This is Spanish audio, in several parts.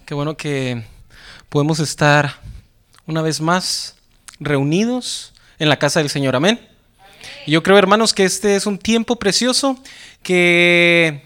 Qué bueno que podemos estar una vez más reunidos en la casa del Señor. Amén. Y yo creo, hermanos, que este es un tiempo precioso que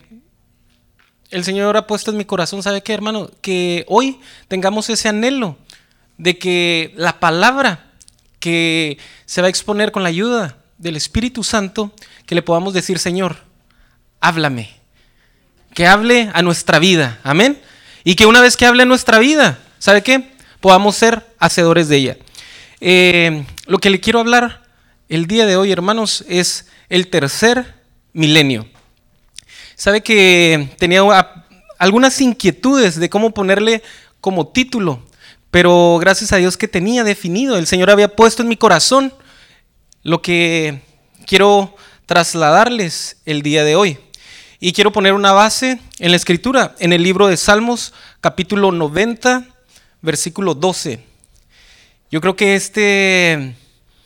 el Señor ha puesto en mi corazón. ¿Sabe qué, hermano? Que hoy tengamos ese anhelo de que la palabra que se va a exponer con la ayuda del Espíritu Santo, que le podamos decir: Señor, háblame, que hable a nuestra vida. Amén. Y que una vez que hable a nuestra vida, ¿sabe qué? Podamos ser hacedores de ella. Lo que le quiero hablar el día de hoy, hermanos, es el tercer milenio. Sabe que tenía algunas inquietudes de cómo ponerle como título, pero gracias a Dios que tenía definido. El Señor había puesto en mi corazón lo que quiero trasladarles el día de hoy. Y quiero poner una base en la Escritura, en el libro de Salmos, capítulo 90, versículo 12. Yo creo que este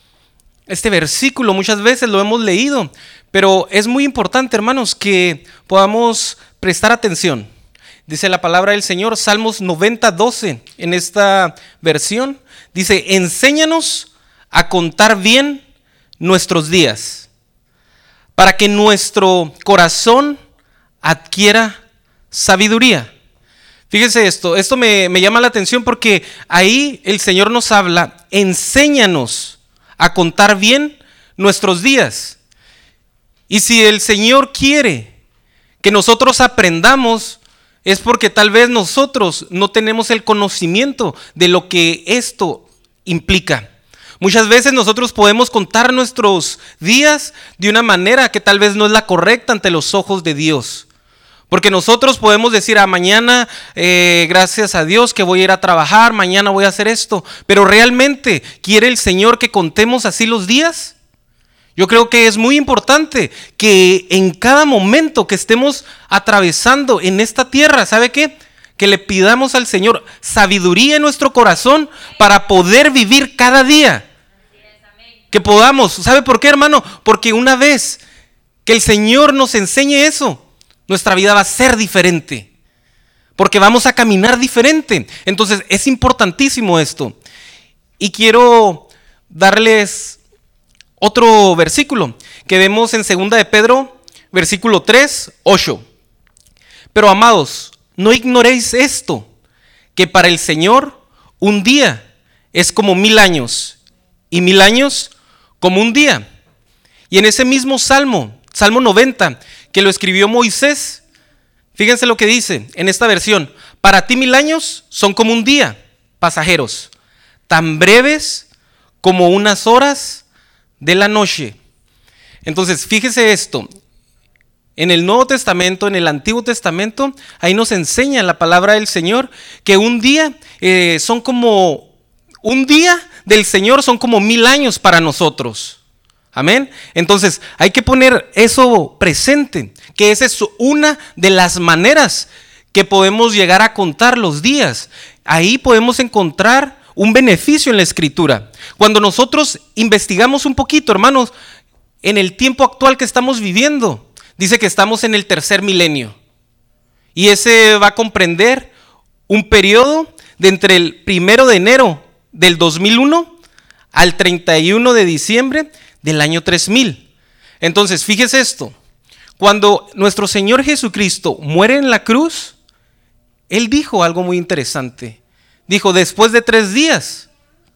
versículo muchas veces lo hemos leído, pero es muy importante, hermanos, que podamos prestar atención. Dice la palabra del Señor, Salmos 90, 12, en esta versión, dice: enséñanos a contar bien nuestros días, para que nuestro corazón adquiera sabiduría. Fíjese esto me llama la atención porque ahí el Señor nos habla: enséñanos a contar bien nuestros días. Y si el Señor quiere que nosotros aprendamos, es porque tal vez nosotros no tenemos el conocimiento de lo que esto implica. Muchas veces nosotros podemos contar nuestros días de una manera que tal vez no es la correcta ante los ojos de Dios. Porque nosotros podemos decir: mañana, gracias a Dios que voy a ir a trabajar, mañana voy a hacer esto. Pero ¿realmente quiere el Señor que contemos así los días? Yo creo que es muy importante que en cada momento que estemos atravesando en esta tierra, ¿sabe qué? Que le pidamos al Señor sabiduría en nuestro corazón para poder vivir cada día. Que podamos, ¿sabe por qué, hermano? Porque una vez que el Señor nos enseñe eso, nuestra vida va a ser diferente, porque vamos a caminar diferente. Entonces es importantísimo esto. Y quiero darles otro versículo que vemos en 2 de Pedro, versículo 3, 8. Pero amados, no ignoréis esto, que para el Señor un día es como 1000 años, y 1000 años como un día. Y en ese mismo Salmo 90, que lo escribió Moisés, fíjense lo que dice en esta versión: para ti 1000 años son como un día, pasajeros, tan breves como unas horas de la noche. Entonces, fíjese esto. En el Nuevo Testamento, en el Antiguo Testamento, ahí nos enseña la palabra del Señor que un día un día del Señor son como 1000 años para nosotros. Amén. Entonces hay que poner eso presente, que esa es una de las maneras que podemos llegar a contar los días. Ahí podemos encontrar un beneficio en la Escritura. Cuando nosotros investigamos un poquito, hermanos, en el tiempo actual que estamos viviendo, dice que estamos en el tercer milenio. Y ese va a comprender un periodo de entre el 1 de enero del 2001 al 31 de diciembre del año 3000. Entonces, fíjese esto. Cuando nuestro Señor Jesucristo muere en la cruz, Él dijo algo muy interesante. Dijo: después de 3 días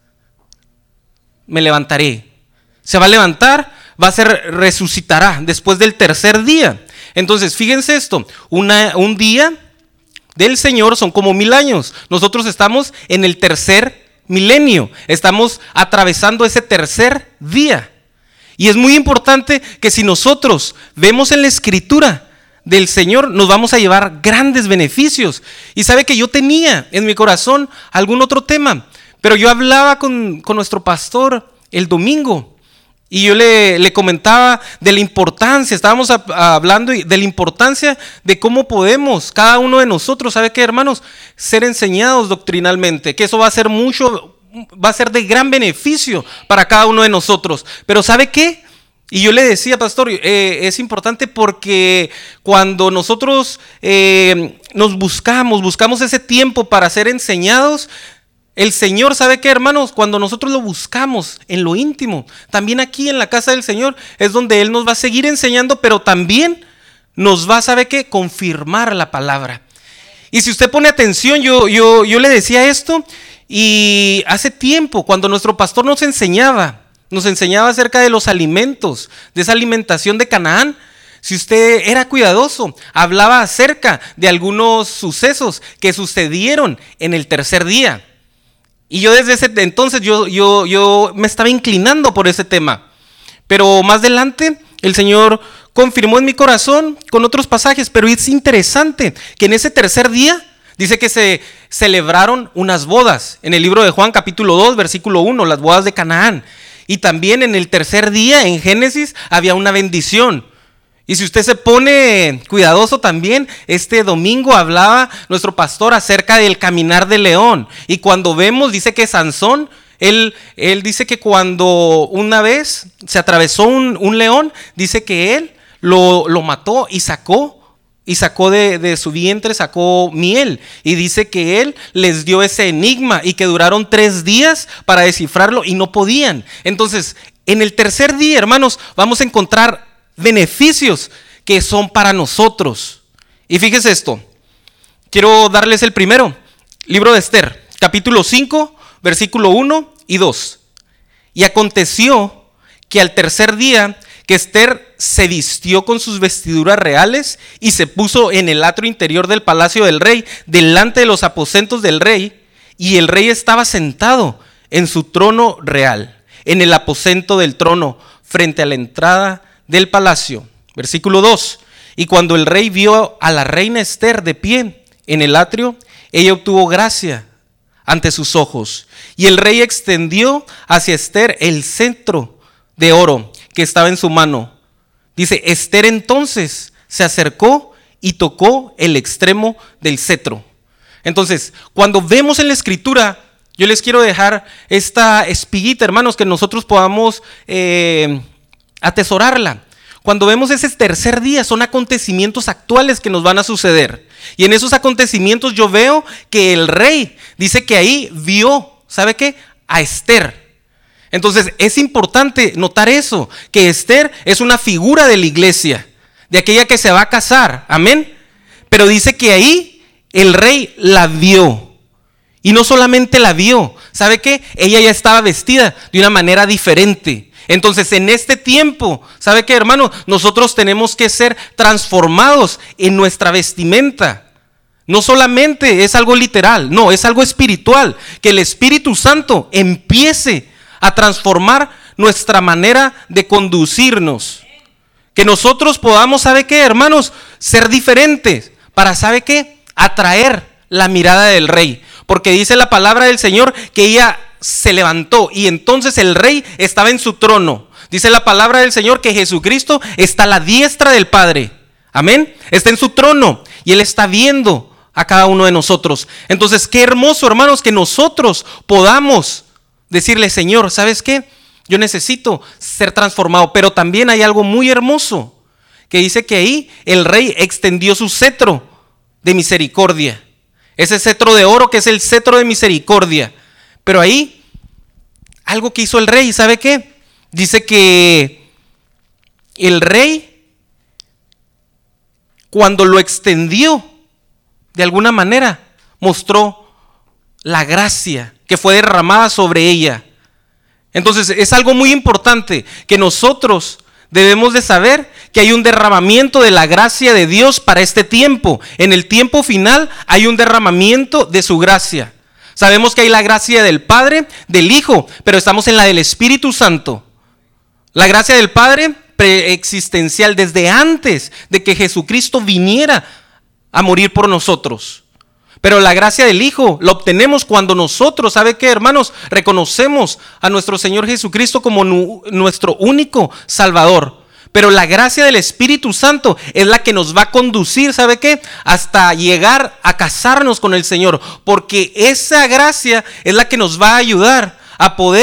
me levantaré. Se va a levantar, resucitará después del tercer día. Entonces, fíjense esto. Un día del Señor son como 1000 años. Nosotros estamos en el tercer milenio. Estamos atravesando ese tercer día. Y es muy importante que si nosotros vemos en la Escritura del Señor, nos vamos a llevar grandes beneficios. Y sabe que yo tenía en mi corazón algún otro tema, pero yo hablaba con nuestro pastor el domingo y yo le comentaba de la importancia, estábamos hablando de la importancia de cómo podemos, cada uno de nosotros, ¿sabe qué, hermanos? Ser enseñados doctrinalmente, que eso va a ser de gran beneficio para cada uno de nosotros. Pero ¿sabe qué? Y yo le decía, pastor, es importante porque cuando nosotros nos buscamos ese tiempo para ser enseñados, el Señor, ¿sabe qué, hermanos? Cuando nosotros lo buscamos en lo íntimo, también aquí en la casa del Señor es donde Él nos va a seguir enseñando, pero también nos va, ¿sabe qué? Confirmar la palabra. Y si usted pone atención, yo le decía esto, y hace tiempo, cuando nuestro pastor nos enseñaba acerca de los alimentos, de esa alimentación de Canaán, si usted era cuidadoso, hablaba acerca de algunos sucesos que sucedieron en el tercer día. Y yo desde ese entonces yo me estaba inclinando por ese tema. Pero más adelante el Señor confirmó en mi corazón con otros pasajes. Pero es interesante que en ese tercer día dice que se celebraron unas bodas. En el libro de Juan capítulo 2 versículo 1, las bodas de Canaán. Y también en el tercer día en Génesis había una bendición. Y si usted se pone cuidadoso también, este domingo hablaba nuestro pastor acerca del caminar del león. Y cuando vemos, dice que Sansón, él dice que cuando una vez se atravesó un león, dice que él lo mató y sacó de su vientre, sacó miel. Y dice que él les dio ese enigma y que duraron 3 días para descifrarlo y no podían. Entonces, en el tercer día, hermanos, vamos a encontrar beneficios que son para nosotros. Y fíjese esto, quiero darles el primero, libro de Esther, capítulo 5, versículo 1 y 2. Y aconteció que al tercer día que Esther se vistió con sus vestiduras reales y se puso en el atrio interior del palacio del rey, delante de los aposentos del rey, y el rey estaba sentado en su trono real, en el aposento del trono, frente a la entrada del palacio. Versículo 2. Y cuando el rey vio a la reina Esther de pie en el atrio, ella obtuvo gracia ante sus ojos. Y el rey extendió hacia Esther el cetro de oro que estaba en su mano. Dice, Esther entonces se acercó y tocó el extremo del cetro. Entonces, cuando vemos en la escritura, yo les quiero dejar esta espiguita, hermanos, que nosotros podamos atesorarla. Cuando vemos ese tercer día, son acontecimientos actuales que nos van a suceder. Y en esos acontecimientos yo veo que el rey dice que ahí vio, ¿sabe qué? A Esther. Entonces es importante notar eso, que Esther es una figura de la iglesia, de aquella que se va a casar, amén. Pero dice que ahí el rey la vio. Y no solamente la vio, ¿sabe qué? Ella ya estaba vestida de una manera diferente. Entonces en este tiempo, ¿sabe qué, hermano? Nosotros tenemos que ser transformados en nuestra vestimenta. No solamente es algo literal, no, es algo espiritual. Que el Espíritu Santo empiece a transformar nuestra manera de conducirnos. Que nosotros podamos, ¿sabe qué, hermanos? Ser diferentes para, ¿sabe qué? Atraer la mirada del rey. Porque dice la palabra del Señor que ella se levantó y entonces el rey estaba en su trono. Dice la palabra del Señor que Jesucristo está a la diestra del Padre. Amén. Está en su trono y Él está viendo a cada uno de nosotros. Entonces, qué hermoso, hermanos, que nosotros podamos decirle, Señor, ¿sabes qué? Yo necesito ser transformado. Pero también hay algo muy hermoso que dice que ahí el rey extendió su cetro de misericordia. Ese cetro de oro que es el cetro de misericordia. Pero ahí, algo que hizo el rey, ¿sabe qué? Dice que el rey, cuando lo extendió, de alguna manera, mostró la gracia que fue derramada sobre ella. Entonces, es algo muy importante que nosotros debemos de saber que hay un derramamiento de la gracia de Dios para este tiempo. En el tiempo final hay un derramamiento de su gracia. Sabemos que hay la gracia del Padre, del Hijo, pero estamos en la del Espíritu Santo. La gracia del Padre preexistencial desde antes de que Jesucristo viniera a morir por nosotros. Pero la gracia del Hijo la obtenemos cuando nosotros, ¿sabe qué, hermanos? Reconocemos a nuestro Señor Jesucristo como nuestro único Salvador. Pero la gracia del Espíritu Santo es la que nos va a conducir, ¿sabe qué? Hasta llegar a casarnos con el Señor. Porque esa gracia es la que nos va a ayudar a poder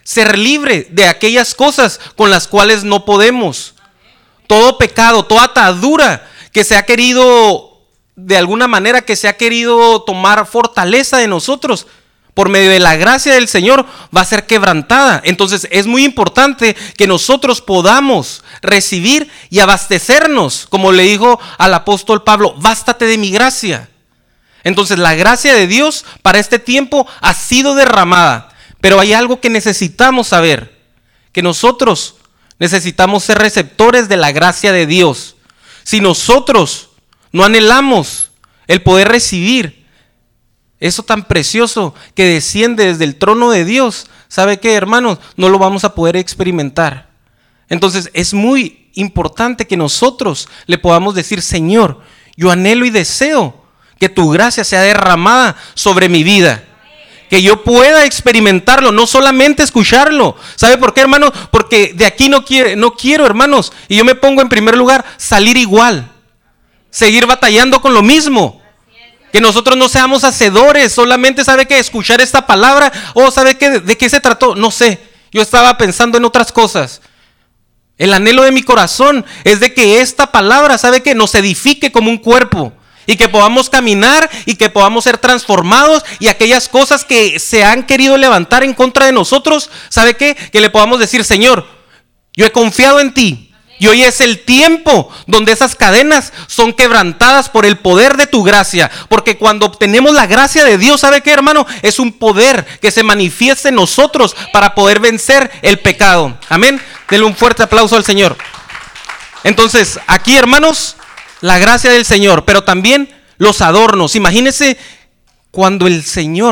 ser libre de aquellas cosas con las cuales no podemos. Todo pecado, toda atadura que se ha querido, de alguna manera, que se ha querido tomar fortaleza de nosotros, por medio de la gracia del Señor va a ser quebrantada. Entonces es muy importante que nosotros podamos recibir y abastecernos, como le dijo al apóstol Pablo, bástate de mi gracia. Entonces la gracia de Dios para este tiempo ha sido derramada, pero hay algo que necesitamos saber, que nosotros necesitamos ser receptores de la gracia de Dios. Si nosotros no anhelamos el poder recibir eso tan precioso que desciende desde el trono de Dios, ¿sabe qué, hermanos? No lo vamos a poder experimentar. Entonces es muy importante que nosotros le podamos decir, Señor, yo anhelo y deseo que tu gracia sea derramada sobre mi vida. Que yo pueda experimentarlo, no solamente escucharlo. ¿Sabe por qué, hermanos? Porque de aquí no quiero, hermanos, y yo me pongo en primer lugar, salir igual. Seguir batallando con lo mismo. Que nosotros no seamos hacedores, solamente sabe que escuchar esta palabra, sabe que de qué se trató, no sé. Yo estaba pensando en otras cosas. El anhelo de mi corazón es de que esta palabra, sabe que nos edifique como un cuerpo. Y que podamos caminar y que podamos ser transformados, y aquellas cosas que se han querido levantar en contra de nosotros, ¿sabe qué? Que le podamos decir, Señor, yo he confiado en ti. Y hoy es el tiempo donde esas cadenas son quebrantadas por el poder de tu gracia. Porque cuando obtenemos la gracia de Dios, ¿sabe qué, hermano? Es un poder que se manifiesta en nosotros para poder vencer el pecado. Amén. Denle un fuerte aplauso al Señor. Entonces, aquí, hermanos, la gracia del Señor, pero también los adornos. Imagínense cuando el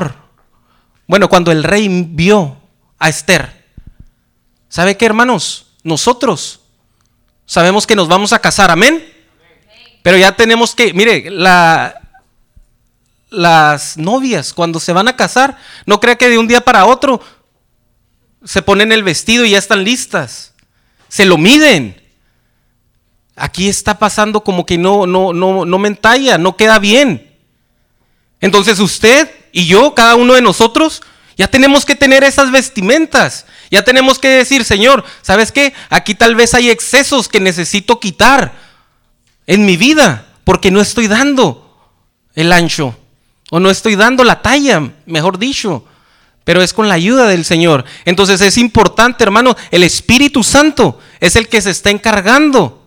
rey vio a Esther. ¿Sabe qué, hermanos? Nosotros sabemos que nos vamos a casar, amén. Pero ya tenemos que, mire, las novias cuando se van a casar, no crea que de un día para otro se ponen el vestido y ya están listas. Se lo miden. Aquí está pasando como que no me entalla, no queda bien. Entonces usted y yo, cada uno de nosotros, ya tenemos que tener esas vestimentas. Ya tenemos que decir, Señor, ¿sabes qué? Aquí tal vez hay excesos que necesito quitar en mi vida, porque no estoy dando el ancho, o no estoy dando la talla, mejor dicho, pero es con la ayuda del Señor. Entonces es importante, hermano, el Espíritu Santo es el que se está encargando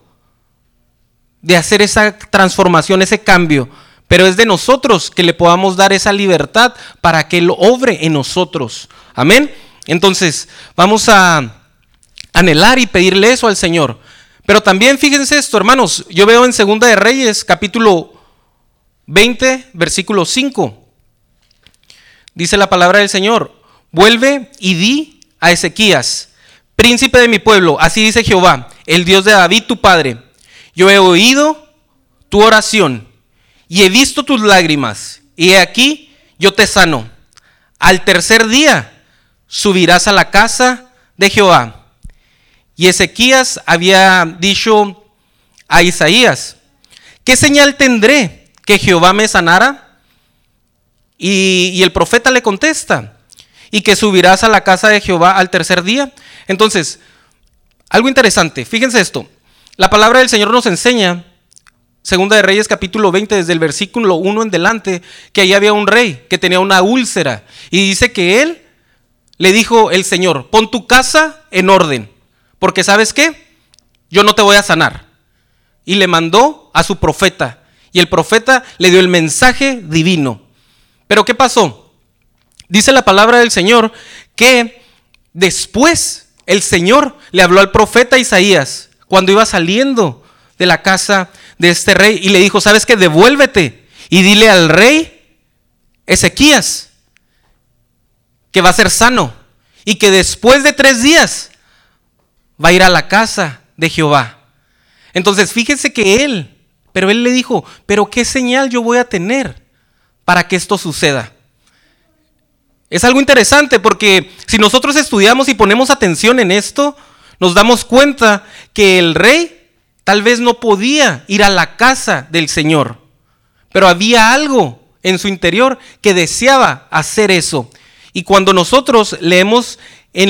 de hacer esa transformación, ese cambio, pero es de nosotros que le podamos dar esa libertad para que Él obre en nosotros. Amén. Entonces vamos a anhelar y pedirle eso al Señor. Pero también fíjense esto, hermanos, yo veo en Segunda de Reyes, capítulo 20, versículo 5. Dice la palabra del Señor: vuelve y di a Ezequías, príncipe de mi pueblo, así dice Jehová, el Dios de David tu padre: yo he oído tu oración y he visto tus lágrimas, y he aquí yo te sano. Al tercer día subirás a la casa de Jehová. Y Ezequías había dicho a Isaías: ¿qué señal tendré que Jehová me sanara? Y el profeta le contesta: y que subirás a la casa de Jehová al tercer día. Entonces, algo interesante, fíjense esto. La palabra del Señor nos enseña, Segunda de Reyes capítulo 20, desde el versículo 1 en delante, que ahí había un rey que tenía una úlcera. Y dice que él le dijo el Señor: pon tu casa en orden, porque ¿sabes qué? Yo no te voy a sanar. Y le mandó a su profeta, y el profeta le dio el mensaje divino. Pero ¿qué pasó? Dice la palabra del Señor que después el Señor le habló al profeta Isaías cuando iba saliendo de la casa de este rey, y le dijo: ¿sabes qué? Devuélvete y dile al rey Ezequías que va a ser sano, y que después de 3 días va a ir a la casa de Jehová. Entonces fíjense que él le dijo: pero ¿qué señal yo voy a tener para que esto suceda? Es algo interesante, porque si nosotros estudiamos y ponemos atención en esto, nos damos cuenta que el rey tal vez no podía ir a la casa del Señor, pero había algo en su interior que deseaba hacer eso. Y cuando nosotros leemos en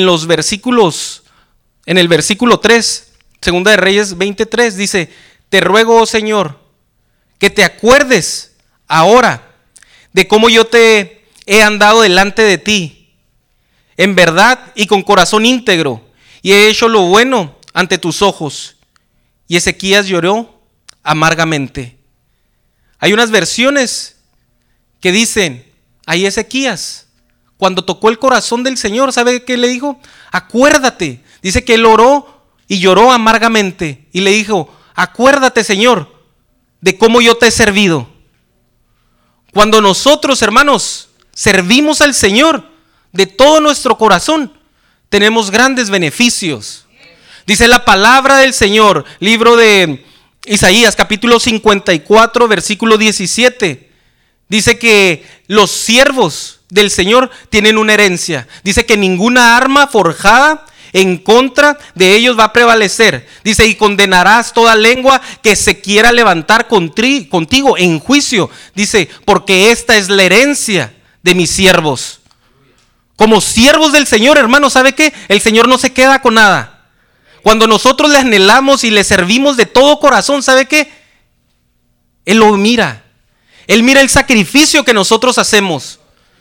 el versículo 3, Segunda de Reyes 23, dice: te ruego, oh Señor, que te acuerdes ahora de cómo yo te he andado delante de ti, en verdad y con corazón íntegro, y he hecho lo bueno ante tus ojos. Y Ezequías lloró amargamente. Hay unas versiones que dicen, ahí Ezequías, cuando tocó el corazón del Señor, ¿sabe qué le dijo? Acuérdate. Dice que él oró y lloró amargamente y le dijo: acuérdate, Señor, de cómo yo te he servido. Cuando nosotros, hermanos, servimos al Señor de todo nuestro corazón, tenemos grandes beneficios. Dice la palabra del Señor, libro de Isaías, capítulo 54, versículo 17. Dice que los siervos del Señor tienen una herencia. Dice que ninguna arma forjada en contra de ellos va a prevalecer. Dice: y condenarás toda lengua que se quiera levantar contigo en juicio. Dice: porque esta es la herencia de mis siervos. Como siervos del Señor, hermano, ¿sabe qué? El Señor no se queda con nada. Cuando nosotros le anhelamos y le servimos de todo corazón, ¿sabe qué? Él lo mira. Él mira el sacrificio que nosotros hacemos.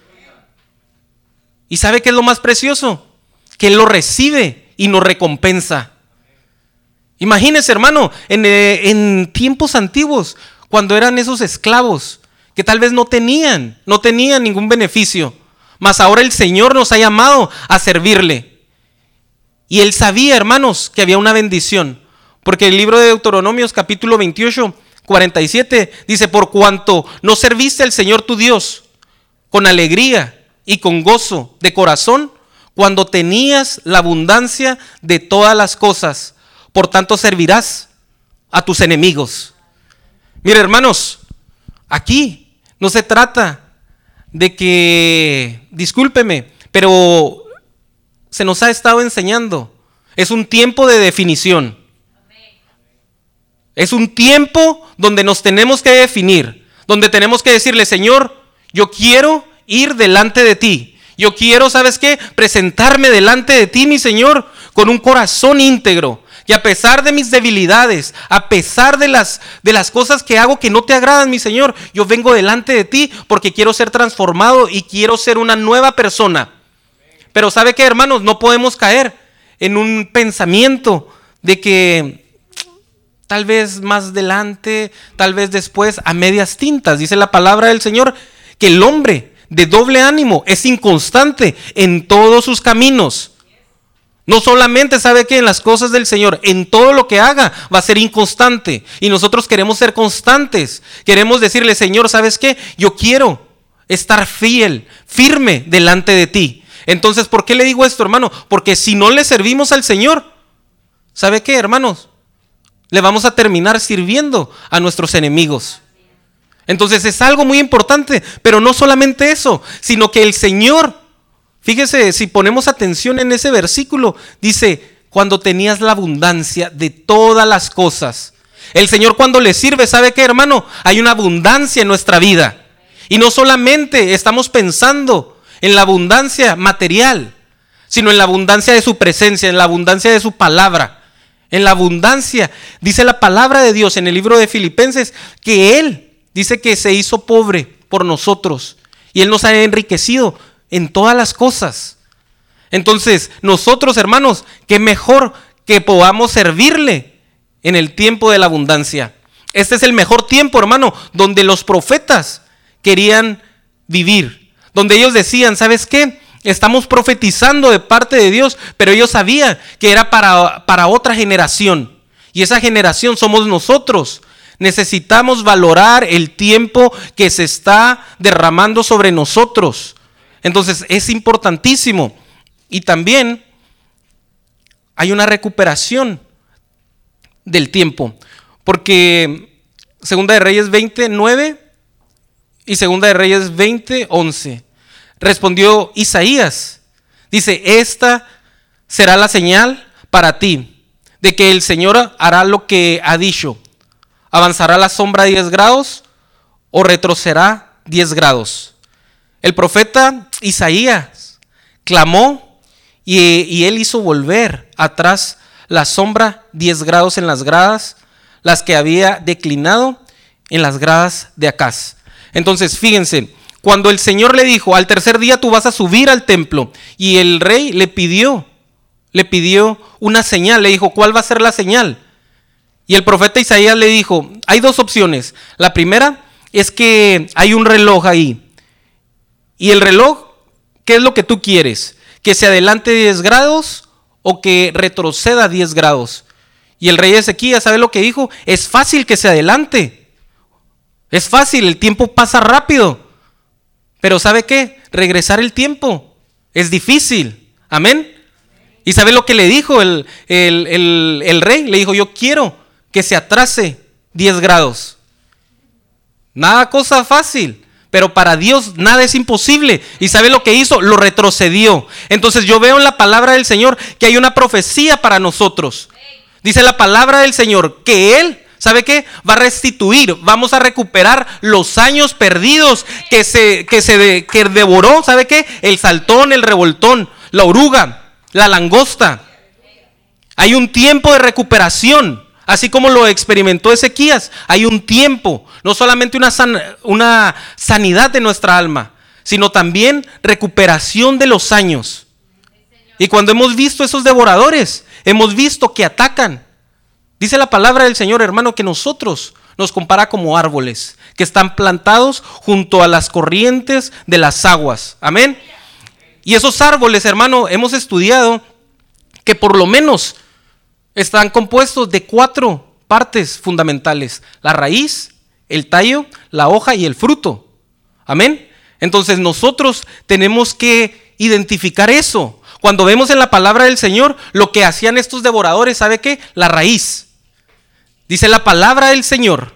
¿Y sabe qué es lo más precioso? Que Él lo recibe y nos recompensa. Imagínese, hermano, en tiempos antiguos, cuando eran esos esclavos que tal vez no tenían ningún beneficio, mas ahora el Señor nos ha llamado a servirle. Y Él sabía, hermanos, que había una bendición, porque el libro de Deuteronomios capítulo 28, 47 dice: por cuanto no serviste al Señor tu Dios con alegría y con gozo de corazón, cuando tenías la abundancia de todas las cosas, por tanto servirás a tus enemigos. Mire, hermanos, aquí no se trata de que, discúlpeme, pero se nos ha estado enseñando, es un tiempo de definición. Es un tiempo donde nos tenemos que definir, donde tenemos que decirle: Señor, yo quiero ir delante de ti. Yo quiero, ¿sabes qué? Presentarme delante de ti, mi Señor, con un corazón íntegro. Y a pesar de mis debilidades, a pesar de las cosas que hago que no te agradan, mi Señor, yo vengo delante de ti porque quiero ser transformado y quiero ser una nueva persona. Pero ¿sabe qué, hermanos? No podemos caer en un pensamiento de que tal vez más adelante, tal vez después, a medias tintas. Dice la palabra del Señor que el hombre de doble ánimo es inconstante en todos sus caminos. No solamente, sabe que en las cosas del Señor, en todo lo que haga va a ser inconstante. Y nosotros queremos ser constantes. Queremos decirle: Señor, ¿sabes qué? Yo quiero estar fiel, firme delante de ti. Entonces, ¿por qué le digo esto, hermano? Porque si no le servimos al Señor, ¿sabe qué, hermanos? Le vamos a terminar sirviendo a nuestros enemigos. Entonces es algo muy importante, pero no solamente eso, sino que el Señor, fíjese, si ponemos atención en ese versículo, dice: cuando tenías la abundancia de todas las cosas. El Señor, cuando le sirve, ¿sabe qué, hermano? Hay una abundancia en nuestra vida. Y no solamente estamos pensando en la abundancia material, sino en la abundancia de su presencia, en la abundancia de su palabra, en la abundancia. Dice la palabra de Dios en el libro de Filipenses que Él dice que se hizo pobre por nosotros y Él nos ha enriquecido en todas las cosas. Entonces, nosotros, hermanos, qué mejor que podamos servirle en el tiempo de la abundancia. Este es el mejor tiempo, hermano, donde los profetas querían vivir, donde ellos decían: ¿sabes qué? Estamos profetizando de parte de Dios, pero ellos sabían que era para otra generación, y esa generación somos nosotros. Necesitamos valorar el tiempo que se está derramando sobre nosotros. Entonces es importantísimo. Y también hay una recuperación del tiempo. Porque Segunda de Reyes 20:9 y Segunda de Reyes 20:11 respondió Isaías. Dice: esta será la señal para ti de que el Señor hará lo que ha dicho. ¿Avanzará la sombra 10 grados o retrocederá 10 grados? El profeta Isaías clamó y él hizo volver atrás la sombra 10 grados en las gradas, las que había declinado en las gradas de Acaz. Entonces, fíjense, cuando el Señor le dijo, al tercer día tú vas a subir al templo, y el rey le pidió una señal, le dijo, ¿cuál va a ser la señal? Y el profeta Isaías le dijo, hay dos opciones. La primera es que hay un reloj ahí, y el reloj, ¿qué es lo que tú quieres? ¿Que se adelante 10 grados o que retroceda 10 grados? Y el rey Ezequías, ¿sabe lo que dijo? Es fácil que se adelante. Es fácil, el tiempo pasa rápido. Pero ¿sabe qué? Regresar el tiempo es difícil. Amén. ¿Y sabe lo que le dijo el rey? Le dijo, yo quiero que se atrase 10 grados. Nada cosa fácil. Pero para Dios nada es imposible. ¿Y sabe lo que hizo? Lo retrocedió. Entonces yo veo en la palabra del Señor que hay una profecía para nosotros. Dice la palabra del Señor que Él, ¿sabe qué? Va a restituir, vamos a recuperar los años perdidos que devoró, ¿sabe qué? El saltón, el revoltón, la oruga, la langosta. Hay un tiempo de recuperación. Así como lo experimentó Ezequías, hay un tiempo, no solamente una sanidad de nuestra alma, sino también recuperación de los años. Y cuando hemos visto esos devoradores, hemos visto que atacan. Dice la palabra del Señor, hermano, que nosotros nos compara como árboles que están plantados junto a las corrientes de las aguas. Amén. Y esos árboles, hermano, hemos estudiado que por lo menos están compuestos de 4 partes fundamentales: la raíz, el tallo, la hoja y el fruto. Amén. Entonces nosotros tenemos que identificar eso. Cuando vemos en la palabra del Señor lo que hacían estos devoradores, ¿sabe qué? La raíz. Dice la palabra del Señor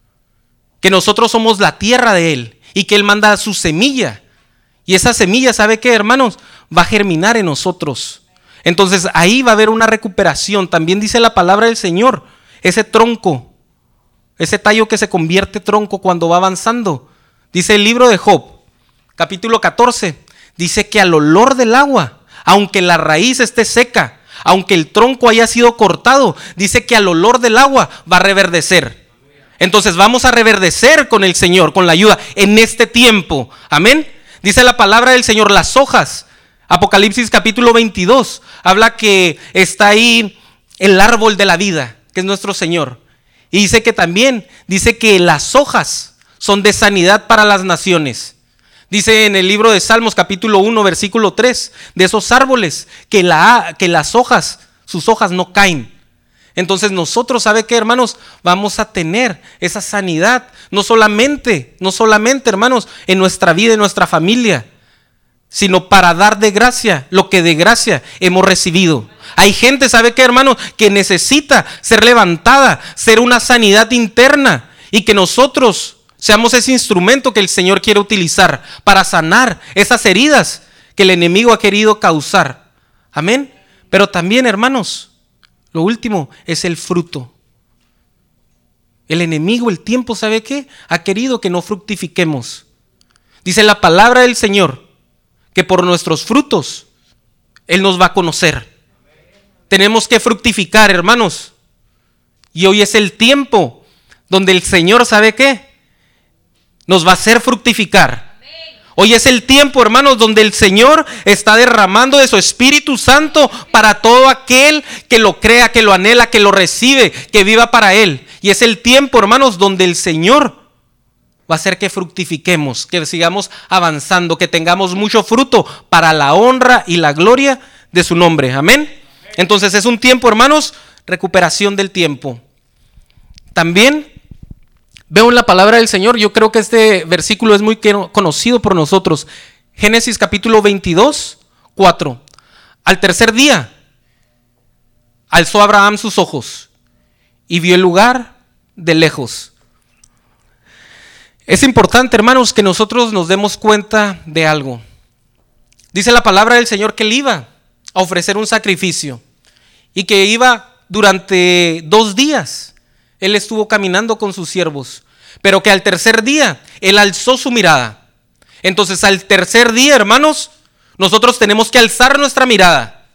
que nosotros somos la tierra de Él y que Él manda su semilla. Y esa semilla, ¿sabe qué, hermanos? Va a germinar en nosotros. Entonces ahí va a haber una recuperación. También dice la palabra del Señor, ese tronco, ese tallo que se convierte tronco cuando va avanzando. Dice el libro de Job, capítulo 14, dice que al olor del agua, aunque la raíz esté seca, aunque el tronco haya sido cortado, dice que al olor del agua va a reverdecer. Entonces vamos a reverdecer con el Señor, con la ayuda, en este tiempo. Amén. Dice la palabra del Señor, las hojas. Apocalipsis capítulo 22 habla que está ahí el árbol de la vida, que es nuestro Señor. Y dice que también, dice que las hojas son de sanidad para las naciones. Dice en el libro de Salmos capítulo 1 versículo 3, de esos árboles que las hojas, sus hojas no caen. Entonces nosotros, ¿sabe qué, hermanos? Vamos a tener esa sanidad, no solamente, hermanos, en nuestra vida, en nuestra familia, sino para dar de gracia lo que de gracia hemos recibido. Hay gente, ¿sabe qué, hermano? Que necesita ser levantada, ser una sanidad interna, y que nosotros seamos ese instrumento que el Señor quiere utilizar para sanar esas heridas que el enemigo ha querido causar. Amén. Pero también, hermanos, lo último es el fruto. El enemigo, el tiempo, ¿sabe qué? Ha querido que no fructifiquemos. Dice la palabra del Señor que por nuestros frutos Él nos va a conocer. Tenemos que fructificar, hermanos. Y hoy es el tiempo donde el Señor, ¿sabe qué? Nos va a hacer fructificar. Hoy es el tiempo, hermanos, donde el Señor está derramando de su Espíritu Santo para todo aquel que lo crea, que lo anhela, que lo recibe, que viva para Él. Y es el tiempo, hermanos, donde el Señor va a hacer que fructifiquemos, que sigamos avanzando, que tengamos mucho fruto para la honra y la gloria de su nombre. Amén. Entonces es un tiempo, hermanos, recuperación del tiempo. También veo en la palabra del Señor, yo creo que este versículo es muy conocido por nosotros. Génesis capítulo 22, 4. Al tercer día alzó Abraham sus ojos y vio el lugar de lejos. Es importante, hermanos, que nosotros nos demos cuenta de algo. Dice la palabra del Señor que él iba a ofrecer un sacrificio y que iba durante 2 días. Él estuvo caminando con sus siervos, pero que al tercer día él alzó su mirada. Entonces al tercer día, hermanos, nosotros tenemos que alzar nuestra mirada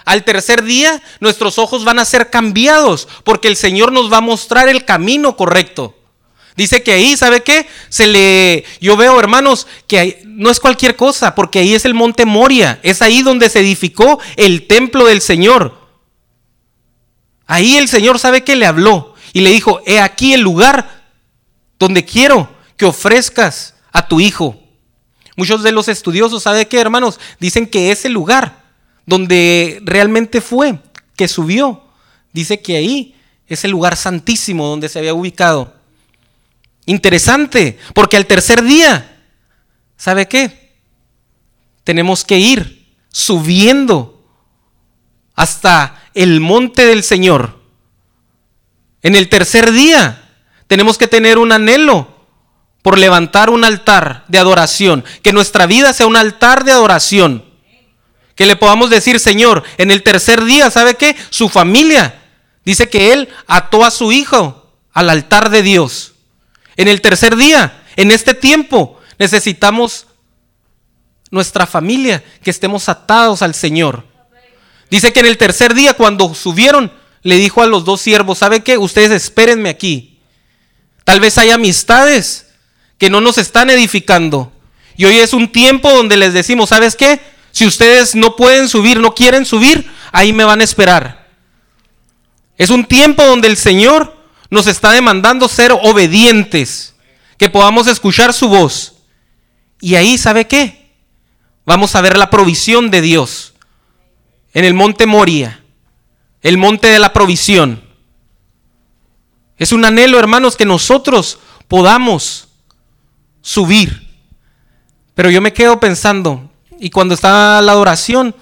Al tercer día nuestros ojos van a ser cambiados porque el Señor nos va a mostrar el camino correcto. Dice que ahí, ¿sabe qué? Yo veo, hermanos, que no es cualquier cosa, porque ahí es el monte Moria. Es ahí donde se edificó el templo del Señor. Ahí el Señor, ¿sabe qué? Le habló y le dijo: he aquí el lugar donde quiero que ofrezcas a tu hijo. Muchos de los estudiosos, ¿sabe qué, hermanos? Dicen que ese lugar donde realmente fue, que subió, dice que ahí es el lugar santísimo donde se había ubicado. Interesante, porque al tercer día, ¿sabe qué? Tenemos que ir subiendo hasta el monte del Señor. En el tercer día tenemos que tener un anhelo por levantar un altar de adoración, que nuestra vida sea un altar de adoración, que le podamos decir: Señor, en el tercer día, ¿sabe qué? Su familia dice que Él ató a su hijo al altar de Dios. En el tercer día, en este tiempo, necesitamos nuestra familia, que estemos atados al Señor. Dice que en el tercer día, cuando subieron, le dijo a los dos siervos: ¿sabe qué? Ustedes espérenme aquí. Tal vez hay amistades que no nos están edificando. Y hoy es un tiempo donde les decimos: ¿sabes qué? Si ustedes no pueden subir, no quieren subir, ahí me van a esperar. Es un tiempo donde el Señor nos está demandando ser obedientes, que podamos escuchar su voz. Y ahí, ¿sabe qué? Vamos a ver la provisión de Dios en el monte Moria, el monte de la provisión. Es un anhelo, hermanos, que nosotros podamos subir. Pero yo me quedo pensando, y cuando estaba la adoración,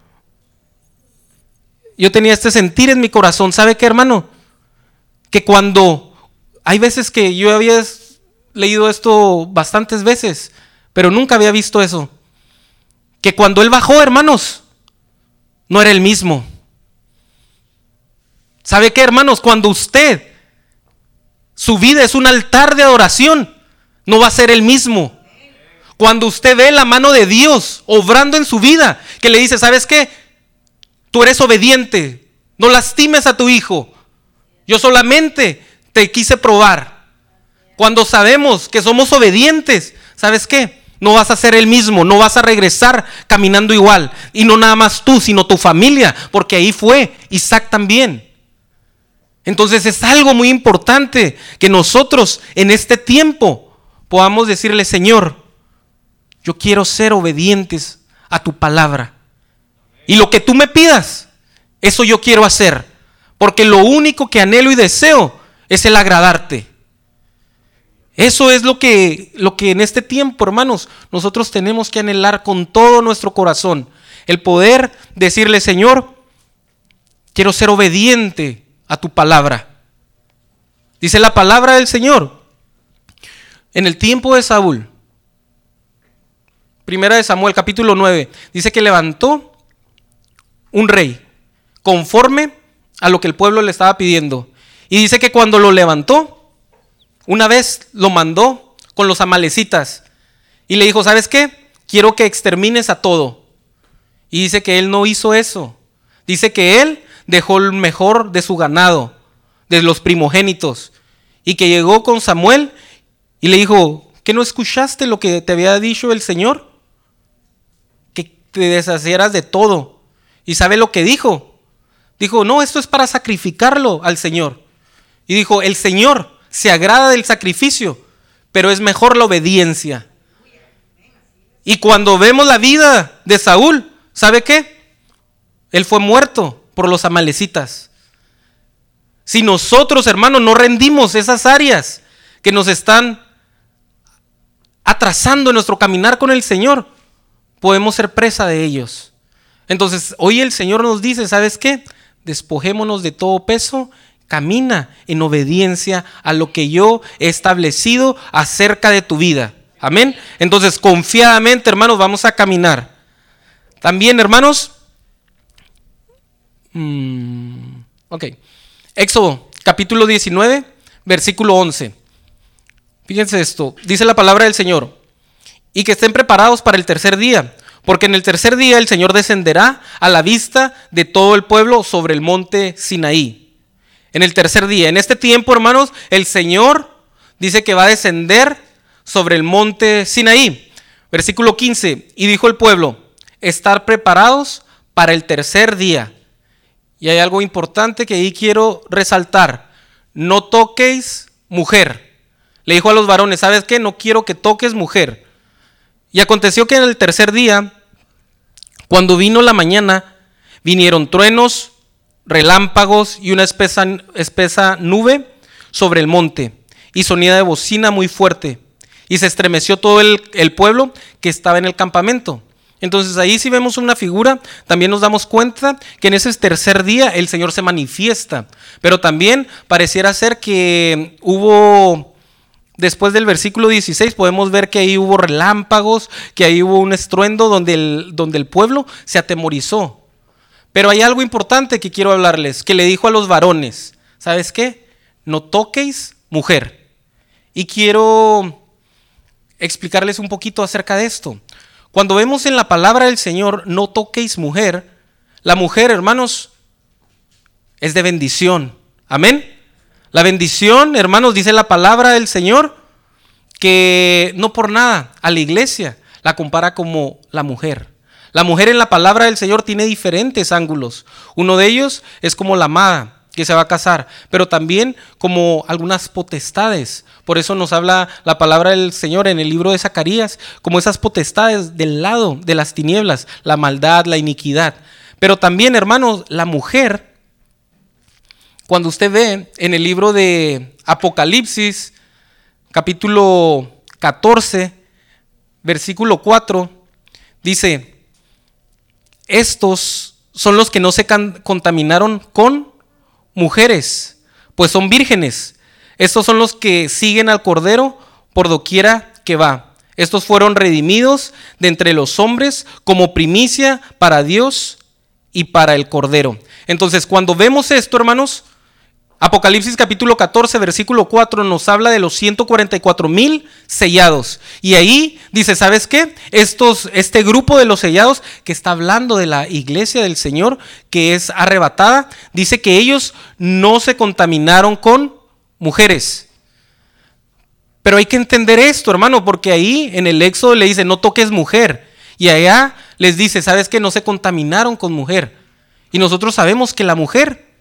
yo tenía este sentir en mi corazón. ¿Sabe qué, hermano? Que cuando hay veces que yo había leído esto bastantes veces, pero nunca había visto eso, que cuando Él bajó, hermanos, no era el mismo. ¿Sabe qué, hermanos? Cuando su vida es un altar de adoración, no va a ser el mismo. Cuando usted ve la mano de Dios obrando en su vida, que le dice: ¿sabes qué? Tú eres obediente, no lastimes a tu hijo. Yo solamente te quise probar. Cuando sabemos que somos obedientes, ¿sabes qué? No vas a ser el mismo, no vas a regresar caminando igual. Y no nada más tú, sino tu familia, porque ahí fue Isaac también. Entonces es algo muy importante que nosotros en este tiempo podamos decirle: Señor, yo quiero ser obedientes a tu palabra. Y lo que tú me pidas, eso yo quiero hacer. Porque lo único que anhelo y deseo es el agradarte. Eso es lo que en este tiempo, hermanos, nosotros tenemos que anhelar con todo nuestro corazón. El poder decirle: Señor, quiero ser obediente a tu palabra. Dice la palabra del Señor, en el tiempo de Saúl, Primera de Samuel, capítulo 9, dice que levantó un rey conforme a lo que el pueblo le estaba pidiendo. Y dice que cuando lo levantó, una vez lo mandó con los amalecitas y le dijo: ¿sabes qué? Quiero que extermines a todo. Y dice que él no hizo eso. Dice que él dejó el mejor de su ganado, de los primogénitos, y que llegó con Samuel y le dijo: ¿qué no escuchaste lo que te había dicho el Señor? Que te deshacieras de todo. ¿Y sabe lo que dijo? Dijo: no, esto es para sacrificarlo al Señor. Y dijo: el Señor se agrada del sacrificio, pero es mejor la obediencia. Y cuando vemos la vida de Saúl, ¿sabe qué? Él fue muerto por los amalecitas. Si nosotros, hermanos, no rendimos esas áreas que nos están atrasando en nuestro caminar con el Señor, podemos ser presa de ellos. Entonces, hoy el Señor nos dice: ¿sabes qué? Despojémonos de todo peso, camina en obediencia a lo que yo he establecido acerca de tu vida. Amén. Entonces, confiadamente, hermanos, vamos a caminar. También, hermanos, Éxodo, capítulo 19, versículo 11. Fíjense esto, dice la palabra del Señor: y que estén preparados para el tercer día, Porque en el tercer día el Señor descenderá a la vista de todo el pueblo sobre el monte Sinaí. En el tercer día, en este tiempo, hermanos, el Señor dice que va a descender sobre el monte Sinaí. Versículo 15, y dijo el pueblo, estar preparados para el tercer día. Y hay algo importante que ahí quiero resaltar. No toquéis mujer. Le dijo a los varones, ¿sabes qué? No quiero que toques mujer. Y aconteció que en el tercer día, cuando vino la mañana, vinieron truenos, relámpagos y una espesa nube sobre el monte, y sonido de bocina muy fuerte. Y se estremeció todo el pueblo que estaba en el campamento. Entonces ahí si vemos una figura, también nos damos cuenta que en ese tercer día el Señor se manifiesta. Pero también pareciera ser que hubo, después del versículo 16, podemos ver que ahí hubo relámpagos, que ahí hubo un estruendo donde el pueblo se atemorizó. Pero hay algo importante que quiero hablarles, que le dijo a los varones, ¿sabes qué? No toquéis mujer. Y quiero explicarles un poquito acerca de esto. Cuando vemos en la palabra del Señor, no toquéis mujer, la mujer, hermanos, es de bendición. Amén. La bendición, hermanos, dice la palabra del Señor, que no por nada a la iglesia la compara como la mujer. La mujer en la palabra del Señor tiene diferentes ángulos. Uno de ellos es como la amada que se va a casar, pero también como algunas potestades. Por eso nos habla la palabra del Señor en el libro de Zacarías, como esas potestades del lado de las tinieblas, la maldad, la iniquidad. Pero también, hermanos, la mujer, cuando usted ve en el libro de Apocalipsis, capítulo 14, versículo 4, dice, estos son los que no se contaminaron con mujeres, pues son vírgenes. Estos son los que siguen al Cordero por doquiera que va. Estos fueron redimidos de entre los hombres como primicia para Dios y para el Cordero. Entonces, cuando vemos esto, hermanos, Apocalipsis capítulo 14, versículo 4 nos habla de los 144,000 sellados. Y ahí dice, ¿sabes qué? Este grupo de los sellados que está hablando de la iglesia del Señor que es arrebatada, dice que ellos no se contaminaron con mujeres. Pero hay que entender esto, hermano, porque ahí en el Éxodo le dice, no toques mujer. Y allá les dice, ¿sabes qué? No se contaminaron con mujer. Y nosotros sabemos que la mujer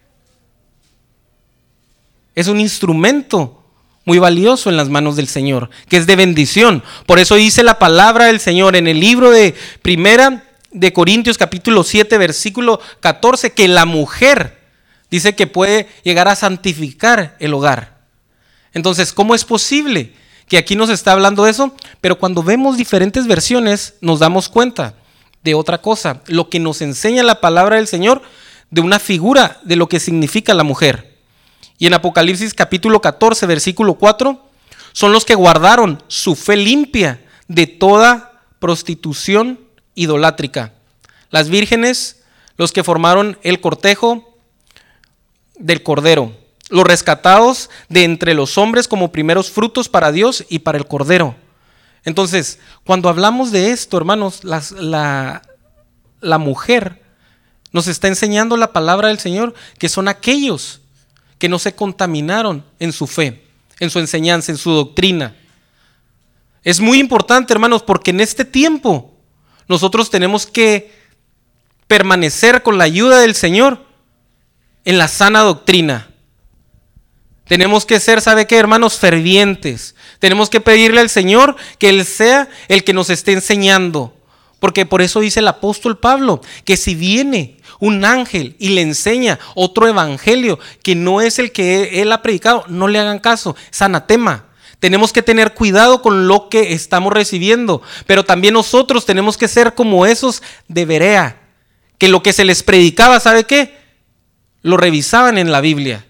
es un instrumento muy valioso en las manos del Señor, que es de bendición. Por eso dice la palabra del Señor en el libro de Primera de Corintios capítulo 7 versículo 14, que la mujer dice que puede llegar a santificar el hogar. Entonces, ¿cómo es posible que aquí nos está hablando de eso? Pero cuando vemos diferentes versiones nos damos cuenta de otra cosa, lo que nos enseña la palabra del Señor, de una figura de lo que significa la mujer. Y en Apocalipsis capítulo 14, versículo 4, son los que guardaron su fe limpia de toda prostitución idolátrica. Las vírgenes, los que formaron el cortejo del Cordero. Los rescatados de entre los hombres como primeros frutos para Dios y para el Cordero. Entonces, cuando hablamos de esto, hermanos, la mujer nos está enseñando la palabra del Señor, que son aquellos que no se contaminaron en su fe, en su enseñanza, en su doctrina. Es muy importante, hermanos, porque en este tiempo nosotros tenemos que permanecer con la ayuda del Señor en la sana doctrina. Tenemos que ser, ¿sabe qué, hermanos? Fervientes. Tenemos que pedirle al Señor que Él sea el que nos esté enseñando. Porque por eso dice el apóstol Pablo, que si viene un ángel y le enseña otro evangelio que no es el que él ha predicado, no le hagan caso, es anatema. Tenemos que tener cuidado con lo que estamos recibiendo, pero también nosotros tenemos que ser como esos de Berea, que lo que se les predicaba, ¿sabe qué? Lo revisaban en la Biblia.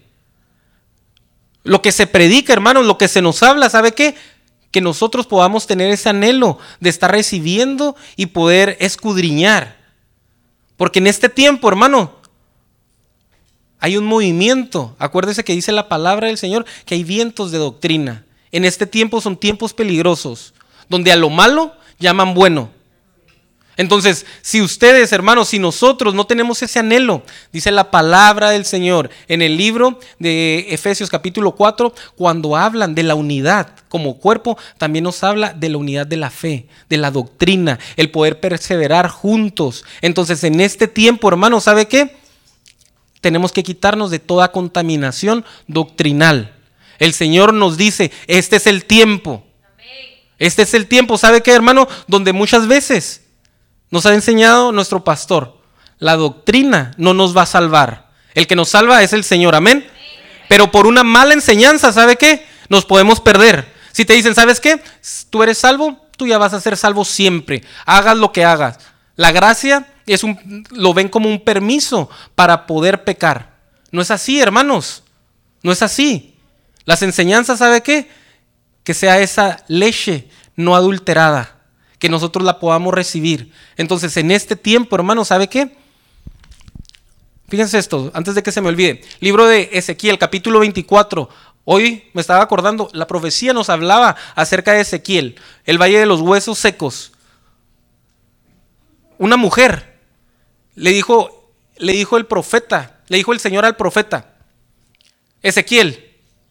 Lo que se predica, hermanos, lo que se nos habla, ¿sabe qué? Que nosotros podamos tener ese anhelo de estar recibiendo y poder escudriñar. Porque en este tiempo, hermano, hay un movimiento. Acuérdese que dice la palabra del Señor que hay vientos de doctrina. En este tiempo son tiempos peligrosos, donde a lo malo llaman bueno. Entonces, si ustedes, hermanos, si nosotros no tenemos ese anhelo, dice la palabra del Señor en el libro de Efesios capítulo 4, cuando hablan de la unidad como cuerpo, también nos habla de la unidad de la fe, de la doctrina, el poder perseverar juntos. Entonces, en este tiempo, hermanos, ¿sabe qué? Tenemos que quitarnos de toda contaminación doctrinal. El Señor nos dice, este es el tiempo. Este es el tiempo, ¿sabe qué, hermano? Donde muchas veces nos ha enseñado nuestro pastor, la doctrina no nos va a salvar. El que nos salva es el Señor, amén. Pero por una mala enseñanza, ¿sabe qué? Nos podemos perder. Si te dicen, ¿sabes qué? Tú eres salvo, tú ya vas a ser salvo siempre. Hagas lo que hagas. La gracia lo ven como un permiso para poder pecar. No es así, hermanos. No es así. Las enseñanzas, ¿sabe qué? Que sea esa leche no adulterada, que nosotros la podamos recibir. Entonces, en este tiempo, hermanos, ¿sabe qué? Fíjense esto, antes de que se me olvide. Libro de Ezequiel, capítulo 24. Hoy me estaba acordando, la profecía nos hablaba acerca de Ezequiel, el valle de los huesos secos. Una mujer le dijo el profeta, le dijo el Señor al profeta, Ezequiel,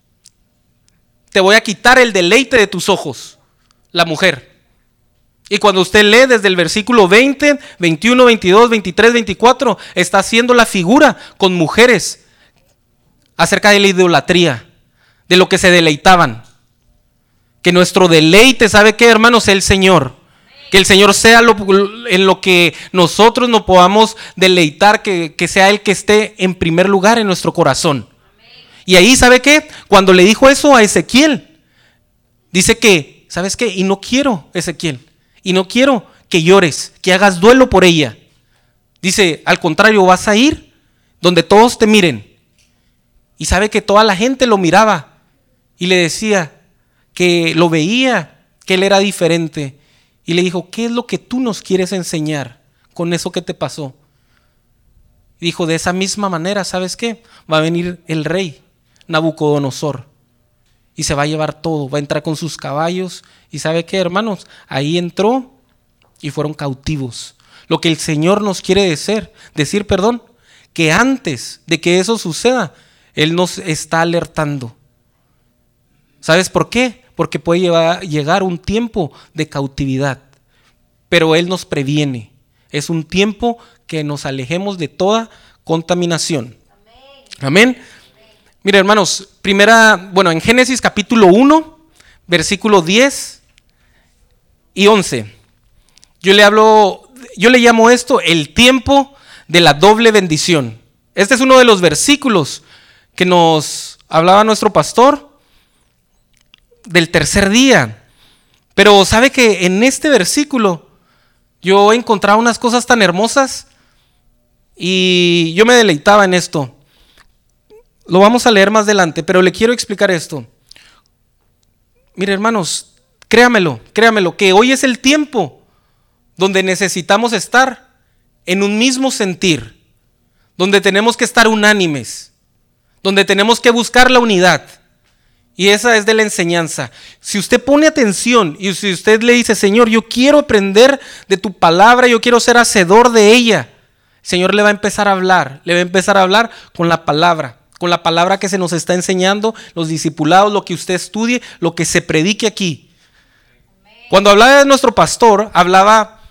te voy a quitar el deleite de tus ojos, la mujer. Y cuando usted lee desde el versículo 20, 21, 22, 23, 24, está haciendo la figura con mujeres acerca de la idolatría, de lo que se deleitaban. Que nuestro deleite, ¿sabe qué, hermanos? El Señor. Que el Señor sea en lo que nosotros nos podamos deleitar, que sea Él que esté en primer lugar en nuestro corazón. Y ahí, ¿sabe qué? Cuando le dijo eso a Ezequiel, dice que, ¿sabes qué? Y no quiero, Ezequiel, y no quiero que llores, que hagas duelo por ella. Dice, al contrario, vas a ir donde todos te miren. Y sabe que toda la gente lo miraba y le decía que lo veía, que él era diferente. Y le dijo, ¿qué es lo que tú nos quieres enseñar con eso que te pasó? Y dijo, de esa misma manera, ¿sabes qué? Va a venir el rey Nabucodonosor y se va a llevar todo, va a entrar con sus caballos. Y ¿sabe qué, hermanos? Ahí entró y fueron cautivos. Lo que el Señor nos quiere decir, que antes de que eso suceda, Él nos está alertando. ¿Sabes por qué? Porque puede llegar un tiempo de cautividad, pero Él nos previene. Es un tiempo que nos alejemos de toda contaminación. Amén. Mira, hermanos, en Génesis capítulo 1, versículo 10 y 11. Yo le llamo esto el tiempo de la doble bendición. Este es uno de los versículos que nos hablaba nuestro pastor del tercer día. Pero sabe que en este versículo yo encontraba unas cosas tan hermosas y yo me deleitaba en esto. Lo vamos a leer más adelante, pero le quiero explicar esto. Mire, hermanos, créamelo, que hoy es el tiempo donde necesitamos estar en un mismo sentir, donde tenemos que estar unánimes, donde tenemos que buscar la unidad. Y esa es de la enseñanza. Si usted pone atención y si usted le dice, Señor, yo quiero aprender de tu palabra, yo quiero ser hacedor de ella, el Señor le va a empezar a hablar, con la palabra que se nos está enseñando, los discipulados, lo que usted estudie, lo que se predique aquí. Cuando hablaba de nuestro pastor, hablaba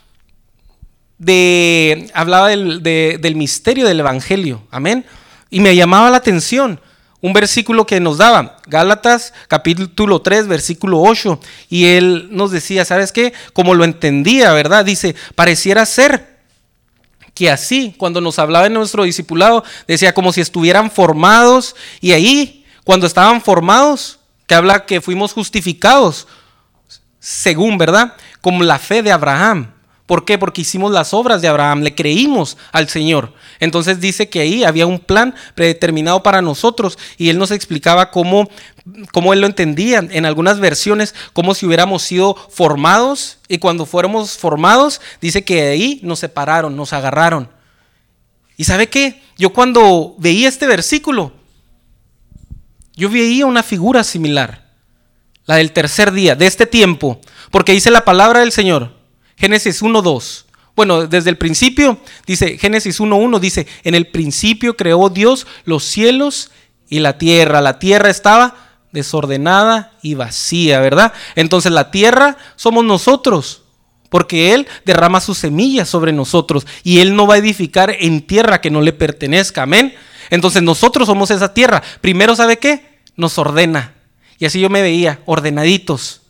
del misterio del evangelio, amén, y me llamaba la atención un versículo que nos daba, Gálatas capítulo 3, versículo 8, y él nos decía, ¿sabes qué? Como lo entendía, ¿verdad? Dice, pareciera ser que así, cuando nos hablaba en nuestro discipulado, decía como si estuvieran formados, y ahí, cuando estaban formados, que habla que fuimos justificados, según, ¿verdad? Como la fe de Abraham. ¿Por qué? Porque hicimos las obras de Abraham, le creímos al Señor. Entonces dice que ahí había un plan predeterminado para nosotros y él nos explicaba cómo él lo entendía en algunas versiones, como si hubiéramos sido formados, y cuando fuéramos formados, dice que de ahí nos separaron, nos agarraron. ¿Y sabe qué? Yo cuando veía este versículo, yo veía una figura similar, la del tercer día, de este tiempo, porque dice la palabra del Señor, Génesis 1:2. Bueno, desde el principio, dice Génesis 1:1, dice, en el principio creó Dios los cielos y la tierra. La tierra estaba desordenada y vacía, ¿verdad? Entonces la tierra somos nosotros, porque Él derrama sus semillas sobre nosotros y Él no va a edificar en tierra que no le pertenezca, amén. Entonces nosotros somos esa tierra. Primero, ¿sabe qué? Nos ordena. Y así yo me veía, ordenaditos.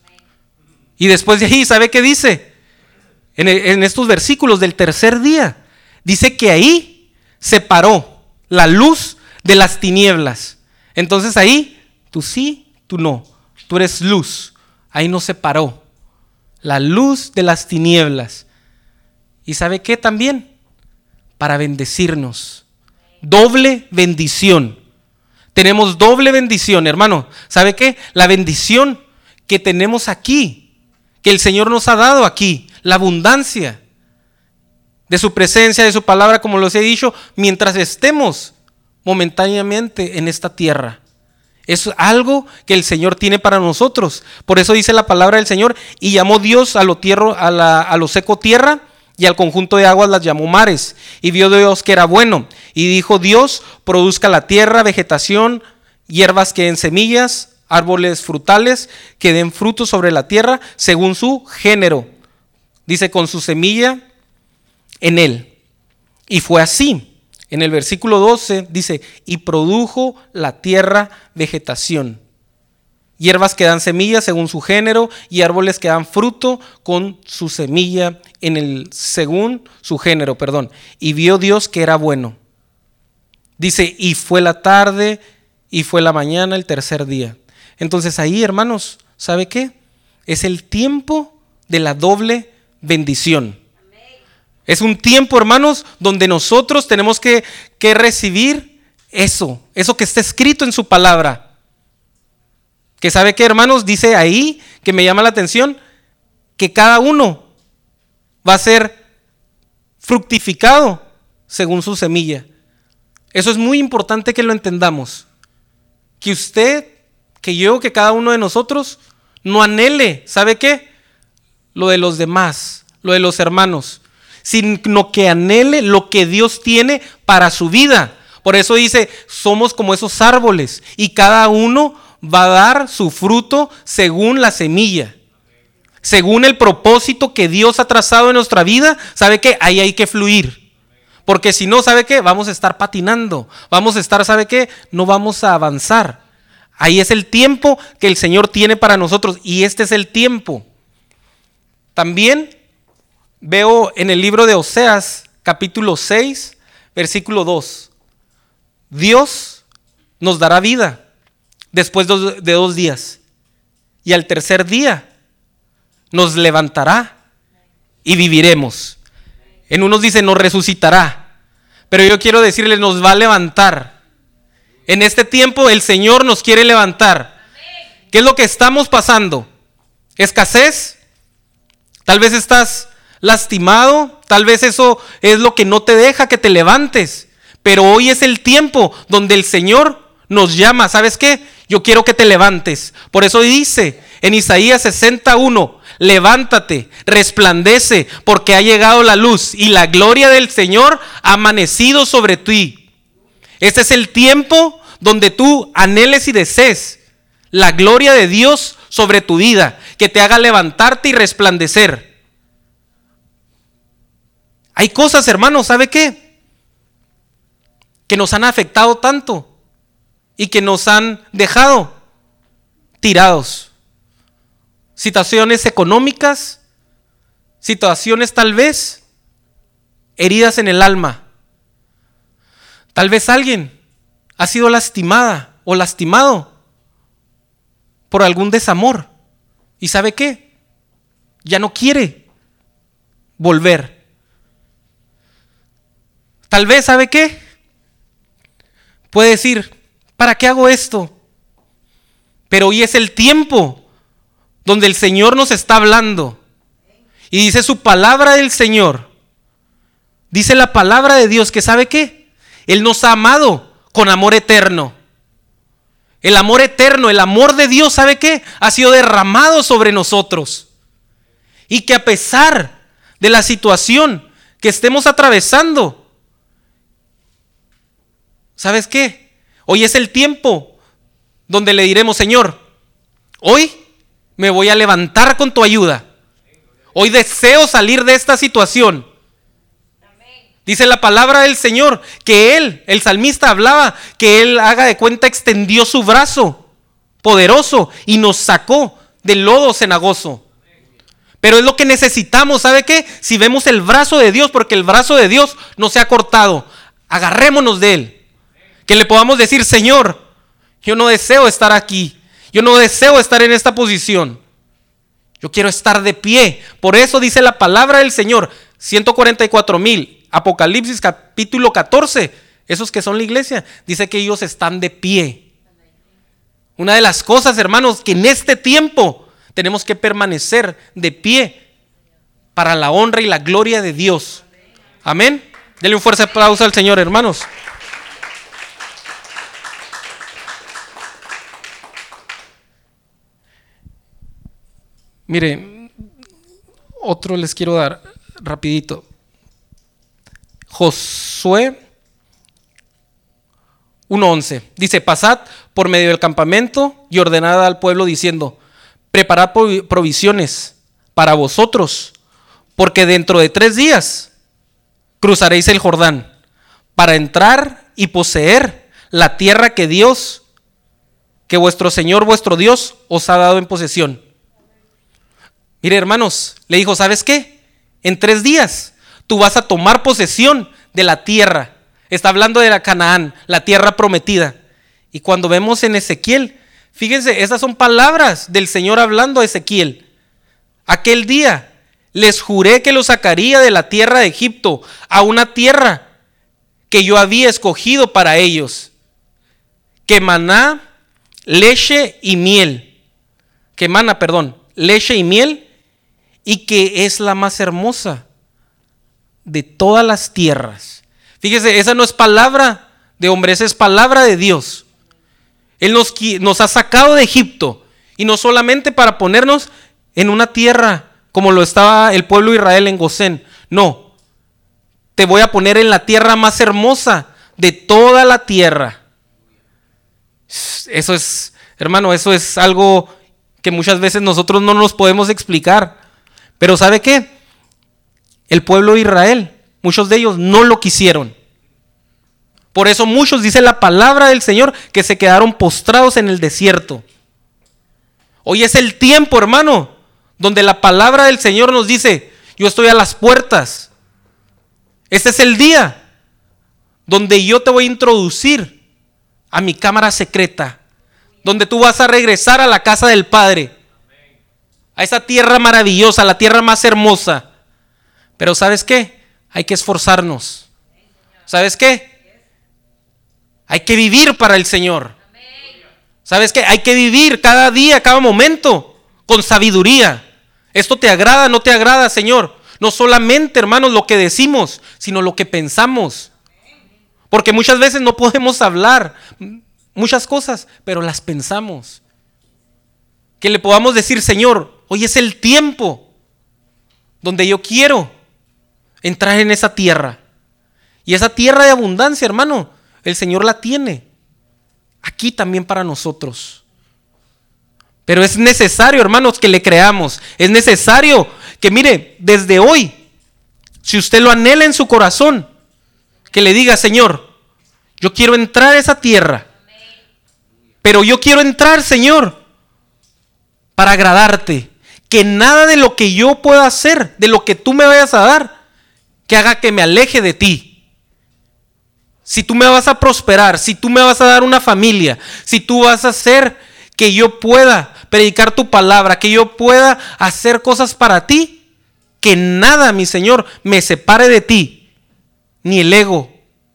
Y después de ahí, ¿sabe qué dice? En estos versículos del tercer día, dice que ahí separó la luz de las tinieblas. Entonces ahí, tú sí, tú no. Tú eres luz. Ahí nos separó la luz de las tinieblas. ¿Y sabe qué también? Para bendecirnos. Doble bendición. Tenemos doble bendición, hermano. ¿Sabe qué? La bendición que tenemos aquí, que el Señor nos ha dado aquí, la abundancia de su presencia, de su palabra, como los he dicho, mientras estemos momentáneamente en esta tierra. Es algo que el Señor tiene para nosotros. Por eso dice la palabra del Señor, y llamó Dios a lo seco tierra, y al conjunto de aguas las llamó mares. Y vio Dios que era bueno. Y dijo Dios, produzca la tierra vegetación, hierbas que den semillas, árboles frutales que den frutos sobre la tierra, según su género. Dice, con su semilla en él. Y fue así. En el versículo 12 dice, y produjo la tierra vegetación, hierbas que dan semilla según su género, y árboles que dan fruto con su semilla según su género, Y vio Dios que era bueno. Dice, y fue la tarde, y fue la mañana, el tercer día. Entonces ahí, hermanos, ¿sabe qué? Es el tiempo de la doble bendición. Es un tiempo, hermanos, donde nosotros tenemos que recibir eso que está escrito en su palabra. Que sabe qué, hermanos, dice ahí, que me llama la atención, que cada uno va a ser fructificado según su semilla. Eso es muy importante que lo entendamos. Que usted, que yo, que cada uno de nosotros no anhele, ¿sabe qué? Lo de los demás, lo de los hermanos, sino que anhele lo que Dios tiene para su vida. Por eso dice, somos como esos árboles y cada uno va a dar su fruto según la semilla, según el propósito que Dios ha trazado en nuestra vida. ¿Sabe qué? Ahí hay que fluir, porque si no, ¿sabe qué? Vamos a estar patinando, vamos a estar, ¿sabe qué? No vamos a avanzar. Ahí es el tiempo que el Señor tiene para nosotros y este es el tiempo. También veo en el libro de Oseas, capítulo 6, versículo 2. Dios nos dará vida después de 2 días. Y al tercer día nos levantará y viviremos. En unos dice nos resucitará. Pero yo quiero decirles, nos va a levantar. En este tiempo el Señor nos quiere levantar. ¿Qué es lo que estamos pasando? ¿Escasez? Tal vez estás lastimado, tal vez eso es lo que no te deja que te levantes, pero hoy es el tiempo donde el Señor nos llama. ¿Sabes qué? Yo quiero que te levantes. Por eso dice en Isaías 61, levántate, resplandece, porque ha llegado la luz y la gloria del Señor ha amanecido sobre ti. Este es el tiempo donde tú anheles y desees la gloria de Dios sobre tu vida, que te haga levantarte y resplandecer. Hay cosas, hermanos, ¿sabe qué? Que nos han afectado tanto y que nos han dejado tirados. Situaciones económicas, situaciones tal vez heridas en el alma. Tal vez alguien ha sido lastimada o lastimado por algún desamor. ¿Y sabe qué? Ya no quiere volver. Tal vez, ¿sabe qué? Puede decir, ¿para qué hago esto? Pero hoy es el tiempo donde el Señor nos está hablando. Y dice su palabra del Señor. Dice la palabra de Dios que ¿sabe qué? Él nos ha amado con amor eterno. El amor eterno, el amor de Dios, ¿sabe qué? Ha sido derramado sobre nosotros. Y que a pesar de la situación que estemos atravesando, ¿sabes qué? Hoy es el tiempo donde le diremos: Señor, hoy me voy a levantar con tu ayuda. Hoy deseo salir de esta situación. Dice la palabra del Señor que Él, el salmista, hablaba que Él, haga de cuenta, extendió su brazo poderoso y nos sacó del lodo cenagoso. Pero es lo que necesitamos, ¿sabe qué? Si vemos el brazo de Dios, porque el brazo de Dios no se ha cortado, agarrémonos de Él. Que le podamos decir: Señor, yo no deseo estar aquí, yo no deseo estar en esta posición, yo quiero estar de pie. Por eso dice la palabra del Señor, 144,000, Apocalipsis capítulo 14, esos que son la iglesia, dice que ellos están de pie. Una de las cosas, hermanos, que en este tiempo tenemos que permanecer de pie para la honra y la gloria de Dios. Amén. Denle un fuerte aplauso al Señor, hermanos. Mire, otro les quiero dar rapidito. Josué 1:11 dice: pasad por medio del campamento y ordenad al pueblo diciendo: preparad provisiones para vosotros, porque dentro de 3 días cruzaréis el Jordán para entrar y poseer la tierra que Dios, que vuestro Señor, vuestro Dios, os ha dado en posesión. Mire, hermanos, le dijo: ¿sabes qué? En 3 días tú vas a tomar posesión de la tierra. Está hablando de la Canaán, la tierra prometida. Y cuando vemos en Ezequiel, fíjense, esas son palabras del Señor hablando a Ezequiel. Aquel día les juré que los sacaría de la tierra de Egipto a una tierra que yo había escogido para ellos, que maná, leche y miel, que mana, perdón, leche y miel, y que es la más hermosa de todas las tierras. Fíjese, esa no es palabra de hombre, esa es palabra de Dios. Él nos ha sacado de Egipto, y no solamente para ponernos en una tierra como lo estaba el pueblo de Israel en Gosén. No, te voy a poner en la tierra más hermosa de toda la tierra. Eso es, hermano, eso es algo que muchas veces nosotros no nos podemos explicar. Pero ¿sabe qué? El pueblo de Israel, muchos de ellos no lo quisieron. Por eso muchos, dice la palabra del Señor, que se quedaron postrados en el desierto. Hoy es el tiempo, hermano, donde la palabra del Señor nos dice: yo estoy a las puertas. Este es el día donde yo te voy a introducir a mi cámara secreta, donde tú vas a regresar a la casa del Padre, a esa tierra maravillosa, la tierra más hermosa. Pero ¿sabes qué? Hay que esforzarnos. ¿Sabes qué? Hay que vivir para el Señor. ¿Sabes qué? Hay que vivir cada día, cada momento con sabiduría. ¿Esto te agrada, no te agrada, Señor? No solamente, hermanos, lo que decimos, sino lo que pensamos. Porque muchas veces no podemos hablar muchas cosas, pero las pensamos. Que le podamos decir: Señor, hoy es el tiempo donde yo quiero entrar en esa tierra. Y esa tierra de abundancia, hermano, el Señor la tiene aquí también para nosotros. Pero es necesario, hermanos, que le creamos. Es necesario que, mire, desde hoy, si usted lo anhela en su corazón, que le diga: Señor, yo quiero entrar a esa tierra. Pero yo quiero entrar, Señor, para agradarte. Que nada de lo que yo pueda hacer, de lo que tú me vayas a dar, que haga que me aleje de ti. Si tú me vas a prosperar, si tú me vas a dar una familia, si tú vas a hacer que yo pueda predicar tu palabra, que yo pueda hacer cosas para ti, que nada, mi Señor, me separe de ti, ni el ego.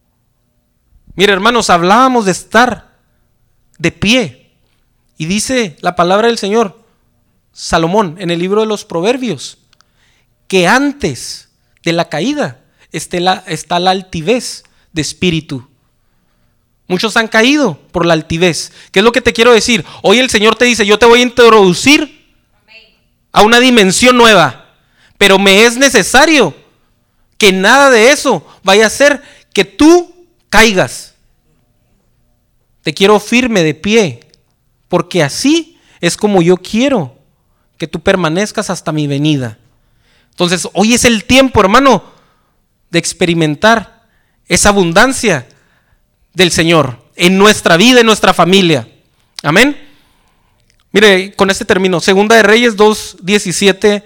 Mire, hermanos, hablábamos de estar de pie, y dice la palabra del Señor, Salomón, en el libro de los Proverbios, que antes de la caída está la altivez de espíritu. Muchos han caído por la altivez. ¿Qué es lo que te quiero decir? Hoy el Señor te dice: yo te voy a introducir a una dimensión nueva, pero me es necesario Que nada de eso vaya a hacer que tú caigas. Te quiero firme de pie, porque así es como yo quiero que tú permanezcas hasta mi venida. Entonces, hoy es el tiempo, hermano, de experimentar esa abundancia del Señor en nuestra vida, en nuestra familia. Amén. Mire, con este término, Segunda de Reyes 2:17.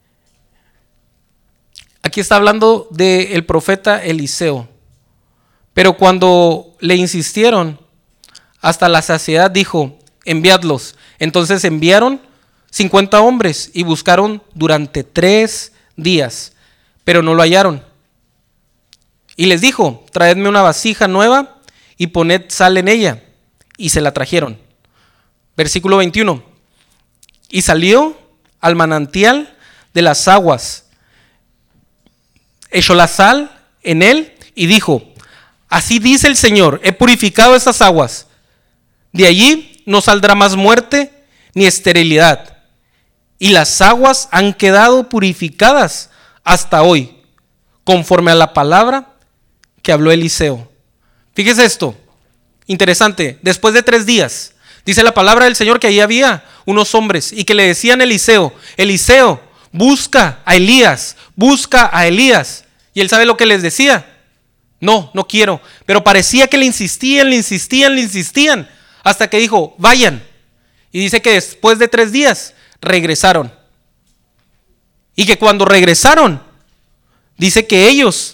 Aquí está hablando del profeta Eliseo. Pero cuando le insistieron hasta la saciedad, dijo: enviadlos. Entonces enviaron 50 hombres y buscaron durante 3 días, pero no lo hallaron. Y les dijo: traedme una vasija nueva y poned sal en ella. Y se la trajeron. Versículo 21. Y salió al manantial de las aguas, echó la sal en él y dijo: así dice el Señor, he purificado estas aguas. De allí no saldrá más muerte ni esterilidad. Y las aguas han quedado purificadas hasta hoy, conforme a la palabra que habló Eliseo. Fíjese esto, interesante. Después de 3 días, dice la palabra del Señor que ahí había unos hombres y que le decían a Eliseo: Eliseo, busca a Elías, busca a Elías. Y él sabe lo que les decía: no, no quiero. Pero parecía que le insistían, hasta que dijo: vayan. Y dice que después de 3 días regresaron. Y que cuando regresaron, dice que ellos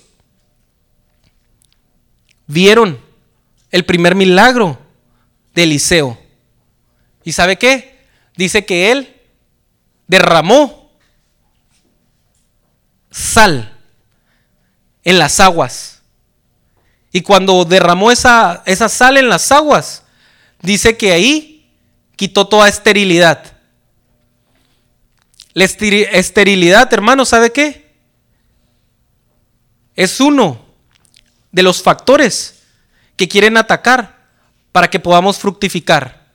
vieron el primer milagro de Eliseo. ¿Y sabe qué? Dice que él derramó sal en las aguas. Y cuando derramó esa sal en las aguas, dice que ahí quitó toda esterilidad. La esterilidad, hermano, ¿sabe qué? Es uno de los factores que quieren atacar para que podamos fructificar.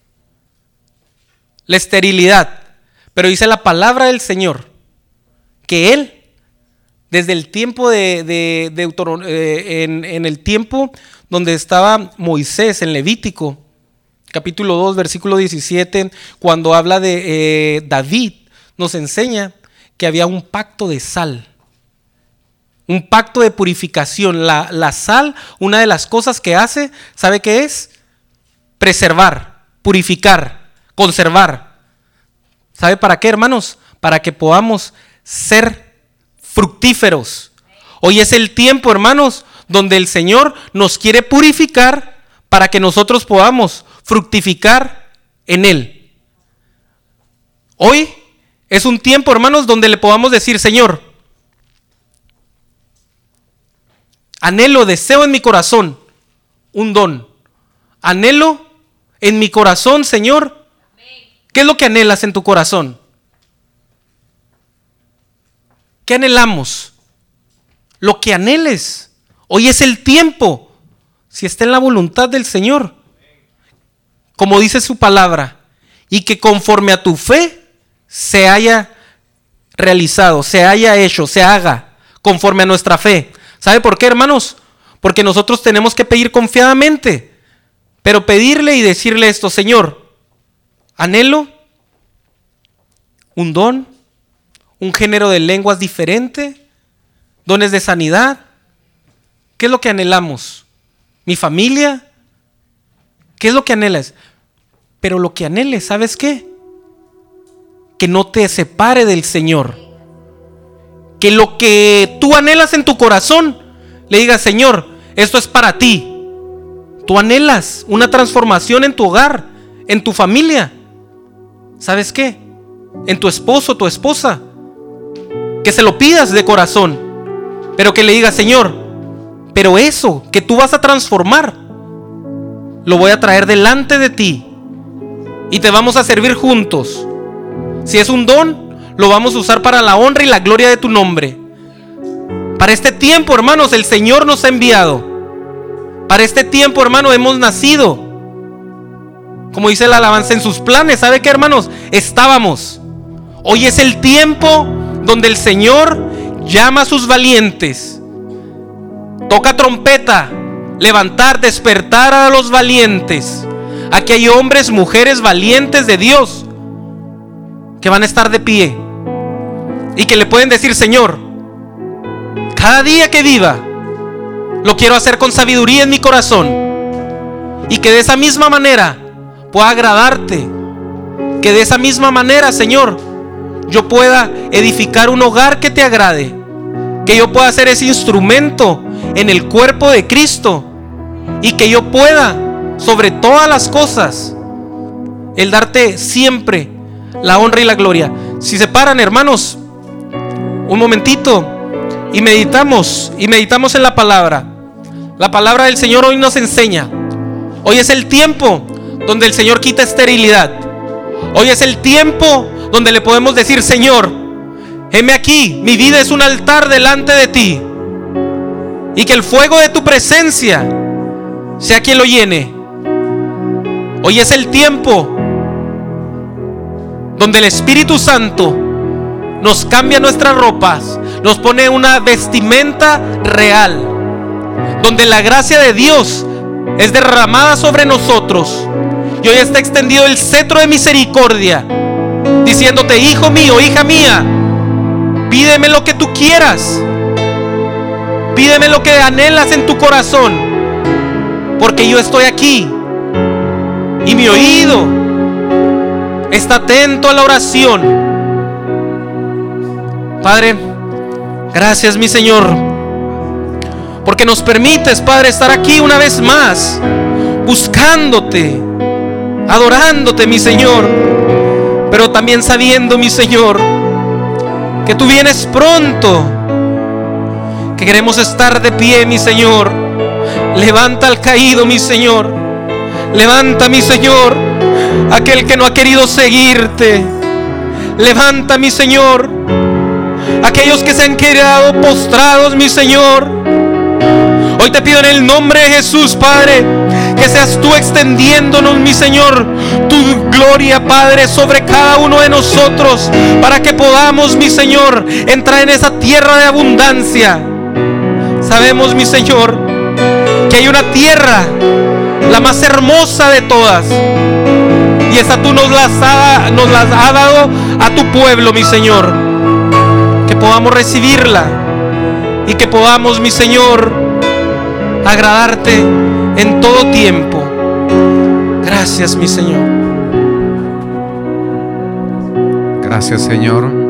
La esterilidad. Pero dice la palabra del Señor que Él, desde el tiempo en el tiempo donde estaba Moisés en Levítico, capítulo 2, versículo 17, cuando habla de David, nos enseña que había un pacto de sal, un pacto de purificación. La sal, una de las cosas que hace, ¿sabe qué es? Preservar, purificar, conservar. ¿Sabe para qué, hermanos? Para que podamos ser fructíferos. Hoy es el tiempo, hermanos, donde el Señor nos quiere purificar para que nosotros podamos fructificar en Él. Hoy es un tiempo, hermanos, donde le podamos decir: Señor, anhelo, deseo en mi corazón un don. Anhelo en mi corazón, Señor. ¿Qué es lo que anhelas en tu corazón? ¿Qué anhelamos? Lo que anheles. Hoy es el tiempo, si está en la voluntad del Señor, como dice su palabra, y que conforme a tu fe se haya realizado, se haya hecho, se haga conforme a nuestra fe. ¿Sabe por qué, hermanos? Porque nosotros tenemos que pedir confiadamente, pero pedirle y decirle esto: Señor, anhelo un don, un género de lenguas diferente, dones de sanidad. ¿Qué es lo que anhelamos? ¿Mi familia? ¿Qué es lo que anhelas? Pero lo que anheles, ¿sabes qué? Que no te separe del Señor. Que lo que tú anhelas en tu corazón, le digas: Señor, esto es para ti. Tú anhelas una transformación en tu hogar, en tu familia. ¿Sabes qué? En tu esposo, tu esposa. Que se lo pidas de corazón, pero que le digas: Señor, pero eso que tú vas a transformar, lo voy a traer delante de ti y te vamos a servir juntos. Si es un don, lo vamos a usar para la honra y la gloria de tu nombre. Para este tiempo, hermanos, el Señor nos ha enviado. Para este tiempo, hermano, hemos nacido. Como dice la alabanza, en sus planes. ¿Sabe qué, hermanos? Estábamos. Hoy es el tiempo donde el Señor llama a sus valientes, toca trompeta, levantar, despertar a los valientes. Aquí hay hombres, mujeres valientes de Dios que van a estar de pie y que le pueden decir: Señor, cada día que viva lo quiero hacer con sabiduría en mi corazón, y que de esa misma manera pueda agradarte, que de esa misma manera, Señor, yo pueda edificar un hogar que te agrade, que yo pueda ser ese instrumento en el cuerpo de Cristo, y que yo pueda, sobre todas las cosas, el darte siempre la honra y la gloria. Si se paran, hermanos, un momentito y meditamos en la palabra. La palabra del Señor hoy nos enseña. Hoy es el tiempo donde el Señor quita esterilidad. Hoy es el tiempo donde le podemos decir: Señor, heme aquí, mi vida es un altar delante de ti, y que el fuego de tu presencia sea quien lo llene. Hoy es el tiempo donde el Espíritu Santo nos cambia nuestras ropas, nos pone una vestimenta real, donde la gracia de Dios es derramada sobre nosotros, y hoy está extendido el cetro de misericordia, diciéndote: hijo mío, hija mía, pídeme lo que tú quieras, pídeme lo que anhelas en tu corazón, porque yo estoy aquí, y mi oído está atento a la oración. Padre, gracias, mi Señor, porque nos permites, Padre, estar aquí una vez más, buscándote, adorándote, mi Señor, pero también sabiendo, mi Señor, que tú vienes pronto, que queremos estar de pie, mi Señor. Levanta al caído, mi Señor. Levanta, mi Señor, aquel que no ha querido seguirte. Levanta, mi Señor, aquellos que se han quedado postrados, mi Señor. Hoy te pido en el nombre de Jesús, Padre, que seas tú extendiéndonos, mi Señor, tu gloria, Padre, sobre cada uno de nosotros, para que podamos, mi Señor, entrar en esa tierra de abundancia. Sabemos, mi Señor, que hay una tierra, la más hermosa de todas, y esa tú nos las has dado a tu pueblo, mi Señor. Que podamos recibirla y que podamos, mi Señor, agradarte en todo tiempo. Gracias, mi Señor. Gracias, Señor.